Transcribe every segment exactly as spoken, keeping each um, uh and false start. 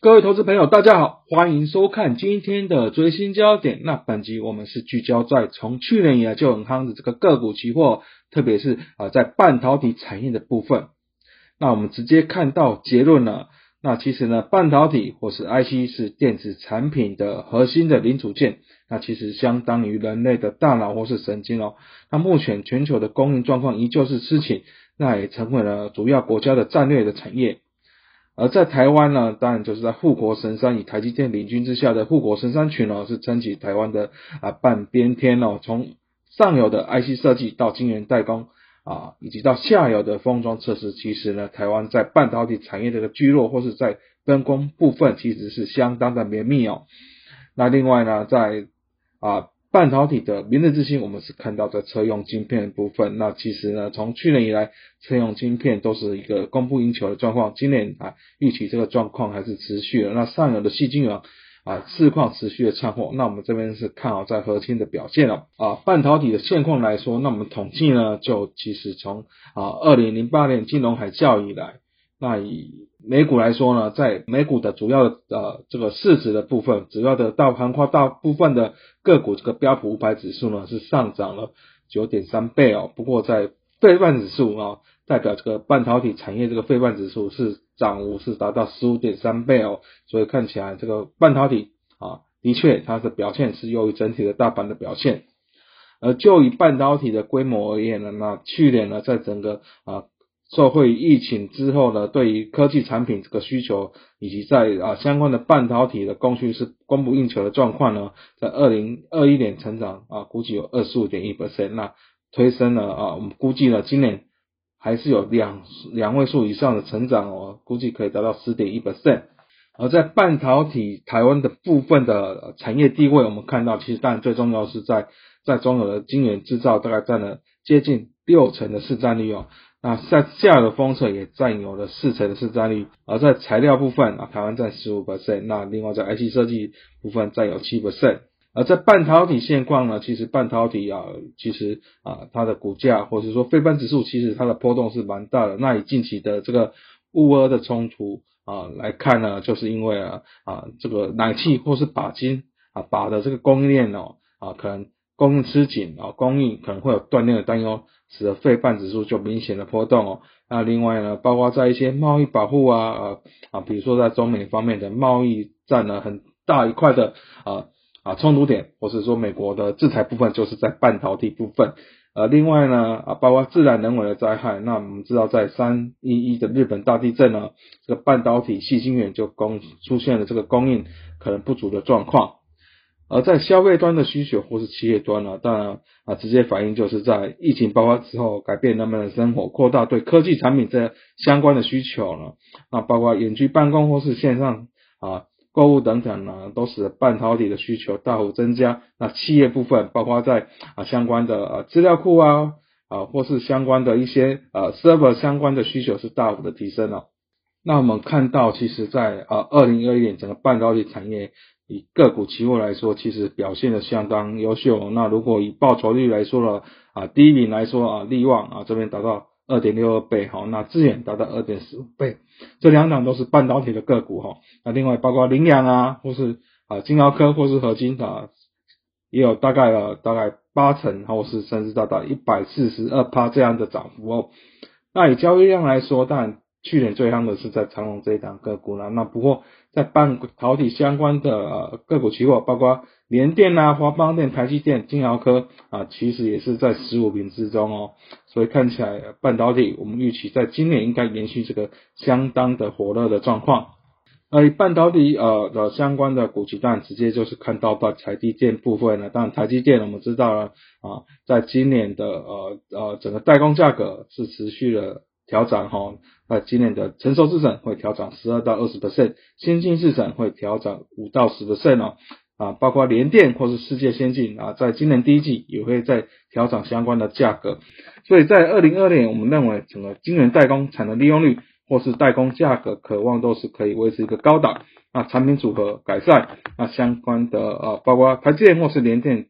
各位投资朋友大家好，欢迎收看今天的最新焦点。那本集我们是聚焦在从去年以来就很夯的这个个股期货，特别是啊在半导体产业的部分。那我们直接看到结论了，那其实呢半导体或是 I C 是电子产品的核心的零组件，那其实相当于人类的大脑或是神经哦。那目前全球的供应状况依旧是吃紧，那也成为了主要国家的战略的产业。而在台湾呢，当然就是在护国神山以台积电领军之下的护国神山群哦，是撑起台湾的啊半边天哦，从上游的 I C 设计到晶圆代工啊，以及到下游的封装测试，其实呢，台湾在半导体产业这个聚落或是在分工部分，其实是相当的绵密哦。那另外呢，在啊半导体的明日之星，我们是看到在车用晶片的部分。那其实呢，从去年以来，车用晶片都是一个供不应求的状况。今年啊，预期这个状况还是持续的。那上游的矽晶圆啊，市况持续的畅旺。那我们这边是看好在核心的表现哦。啊，半导体的现况来说，那我们统计呢，就其实从啊二零零八年金融海啸以来，那以美股来说呢，在美股的主要的呃这个市值的部分，主要的大涵盖大部分的个股，这个标普五百指数呢是上涨了 九点三 倍哦。不过在费半指数啊，代表这个半导体产业这个费半指数是涨幅是达到 十五点三 倍哦。所以看起来这个半导体啊，的确它的表现是优于整体的大盘的表现。而就以半导体的规模而言呢，那去年呢，在整个啊受惠疫情之后呢，对于科技产品这个需求，以及在啊相关的半导体的供需是供不应求的状况呢，在二零二一年成长啊，估计有 二十五点一 百分， 那推升了啊，我们估计呢今年还是有两两位数以上的成长哦，估计可以达到 十点一 百分。而在半导体台湾的部分的产业地位，我们看到其实当然最重要是在在中游的晶圆制造大概占了接近六成的市占率哦。那在下游的封测也占有了四成的市占率，而在材料部分啊，台湾占 百分之十五， 那另外在 I C 设计部分占有 百分之七。 而在半导体现况呢，其实半导体啊，其实啊它的股价或者说费半指数，其实它的波动是蛮大的。那以近期的这个乌俄的冲突啊来看呢，就是因为啊啊这个奶气或是钯金啊钯的这个供应链哦啊可能供应吃紧啊，供应可能会有断裂的担忧，使得费半指数就明显的波动哦。那另外呢，包括在一些贸易保护啊啊啊，比如说在中美方面的贸易占了很大一块的啊啊冲突点，或是说美国的制裁部分就是在半导体部分。呃，另外呢啊，包括自然人为的灾害，那我们知道在三一一的日本大地震呢，这个半导体矽晶圆就供出现了这个供应可能不足的状况。而在消费端的需求或是企业端呢，当然啊，直接反映就是在疫情爆发之后，改变人们的生活，扩大对科技产品这相关的需求呢。那包括远距办公或是线上啊购物等等呢，都使得半导体的需求大幅增加。那企业部分，包括在啊相关的啊资料库啊啊或是相关的一些呃 server 相关的需求是大幅的提升了。那我们看到，其实在呃二零二一年整个半导体产业以个股期货来说，其实表现的相当优秀。那如果以报酬率来说呢，啊第一名来说啊力旺啊这边达到 二点六二 倍哈，那智远达到 二点四五 倍，这两档都是半导体的个股哈。那另外包括凌阳啊，或是啊金豪科或是合金啊，也有大概呃大概八成或是甚至达到 百分之一百四十二 这样的涨幅哦。那以交易量来说，当然去年最夯的是在长荣这一档个股啦，那不过在半导体相关的呃个股期货，包括联电啊、华邦电、台积电、金豪科啊，其实也是在十五名之中哦。所以看起来半导体我们预期在今年应该延续这个相当的火热的状况。而半导体呃的相关的股期，当然直接就是看到到台积电部分了。当然台积电我们知道了啊，在今年的呃呃整个代工价格是持续的调涨哈，那今年的成熟制程会调涨 百分之十二到二十， 先进制程会调涨 百分之五到十 哦，啊，包括联电或是世界先进啊，在今年第一季也会再调涨相关的价格。所以在二零二零年，我们认为整个晶圆代工产能利用率或是代工价格可望都是可以维持一个高档，那产品组合改善，那相关的呃包括台积电或是联电等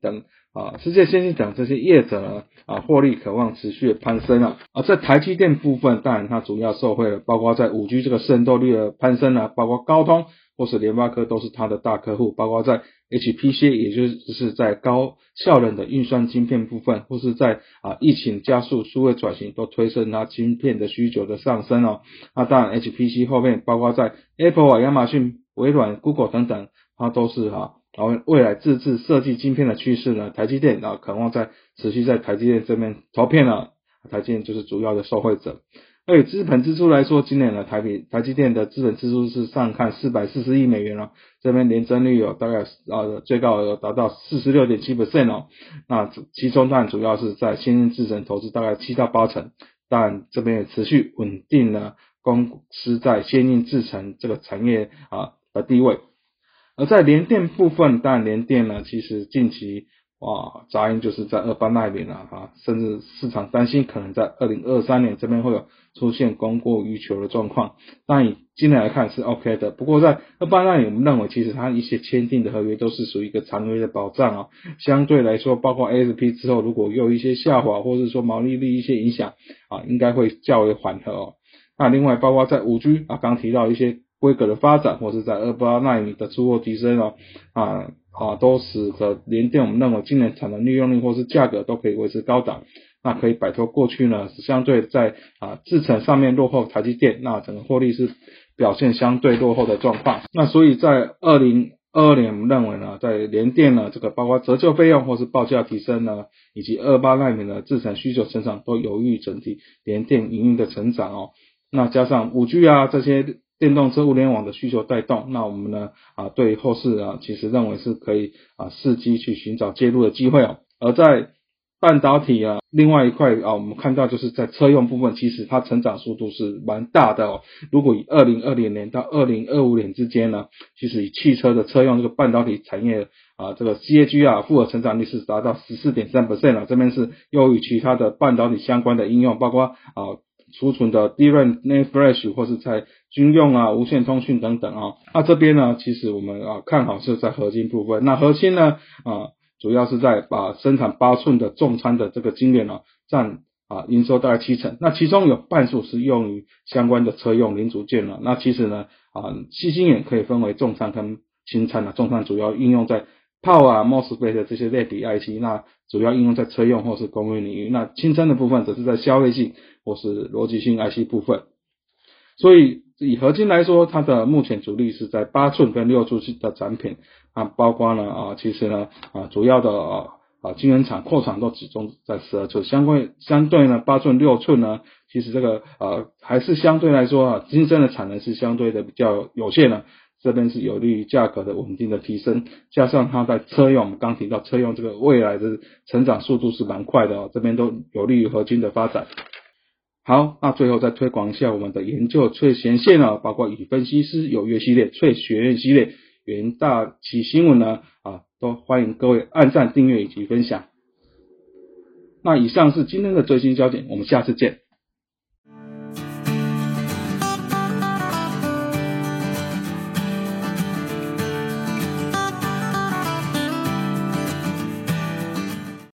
啊，世界先进等这些业者呢，啊，获利渴望持续的攀升啊。而在台积电部分，当然它主要受惠了，包括在 五 G 这个渗透率的攀升啊，包括高通或是联发科都是它的大客户，包括在 H P C， 也就是在高效能的运算晶片部分，或是在啊疫情加速数位转型，都推升它晶片的需求的上升哦。那当然 H P C 后面包括在 Apple 啊、亚马逊、微软、Google 等等，它都是哈、啊。然后未来自制设计晶片的趋势呢，台积电啊渴望在持续在台积电这边投片了，台积电就是主要的受惠者。而以资本支出来说，今年的台比台积电的资本支出是上看四百四十亿美元了，这边年增率有大概呃最高有达到 百分之四十六点七 哦。那其中当然主要是在先进制程投资大概七到八成，但这边也持续稳定了公司在先进制程这个产业啊的地位。而在联电部分，当然联电呢，其实近期哇杂音就是在二八奈米了啊，甚至市场担心可能在二零二三年这边会有出现供过于求的状况。但以今年来看是 OK 的，不过在二八奈米我们认为其实它一些签订的合约都是属于一个长约的保障啊，相对来说包括 A S P 之后如果有一些下滑或是说毛利率一些影响啊，应该会较为缓和哦。那另外包括在 五 G 啊，刚提到一些规格的发展，或是在二八奈米的出货提升哦，啊啊，都使得联电我们认为今年产能利用率或是价格都可以维持高档，那可以摆脱过去呢是相对在啊制程上面落后台积电，那整个获利是表现相对落后的状况。那所以在二零二二年我们认为呢，在联电呢这个包括折旧费用或是报价提升呢，以及二八奈米的制程需求成长都有益整体联电营运的成长哦。那加上 五 G 啊这些电动车物联网的需求带动，那我们呢啊对后市啊其实认为是可以啊伺机去寻找介入的机会哦。而在半导体啊另外一块啊我们看到就是在车用部分，其实它成长速度是蛮大的哦。如果以二零二零年到二零二五年之间呢，其实以汽车的车用这个半导体产业啊这个 C A G R 复合成长率是达到 百分之十四点三 啊，这边是优于其他的半导体相关的应用，包括啊储存的 D R A M、N Flash 或是在军用啊、无线通讯等等啊。那这边呢，其实我们啊看好是在合金部分。那核心呢啊，主要是在把生产八寸的重餐的这个晶圆呢占啊营收大概七成。那其中有半数是用于相关的车用零组件了。那其实呢啊，细晶圆可以分为重餐跟轻餐啊。重餐主要应用在Power 啊 MOSFET 的这些类比 I C， 那主要应用在车用或是工业领域。那轻餐的部分则是在消费性或是逻辑性 I C 部分。所以以合金来说，它的目前主力是在八寸跟六寸的产品啊，包括呢啊，其实呢啊主要的啊啊晶圆厂扩厂都集中在十二寸，相对相对呢八寸六寸呢，其实这个呃还是相对来说啊，今生的产能是相对的比较有限的。这边是有利于价格的稳定的提升，加上它在车用，我们刚提到车用这个未来的成长速度是蛮快的哦，这边都有利于合金的发展。好，那最后再推广一下我们的研究最前线呢，包括与分析师有约系列、翠学院系列、元大旗新闻呢啊，都欢迎各位按赞、订阅以及分享。那以上是今天的最新焦点，我们下次见。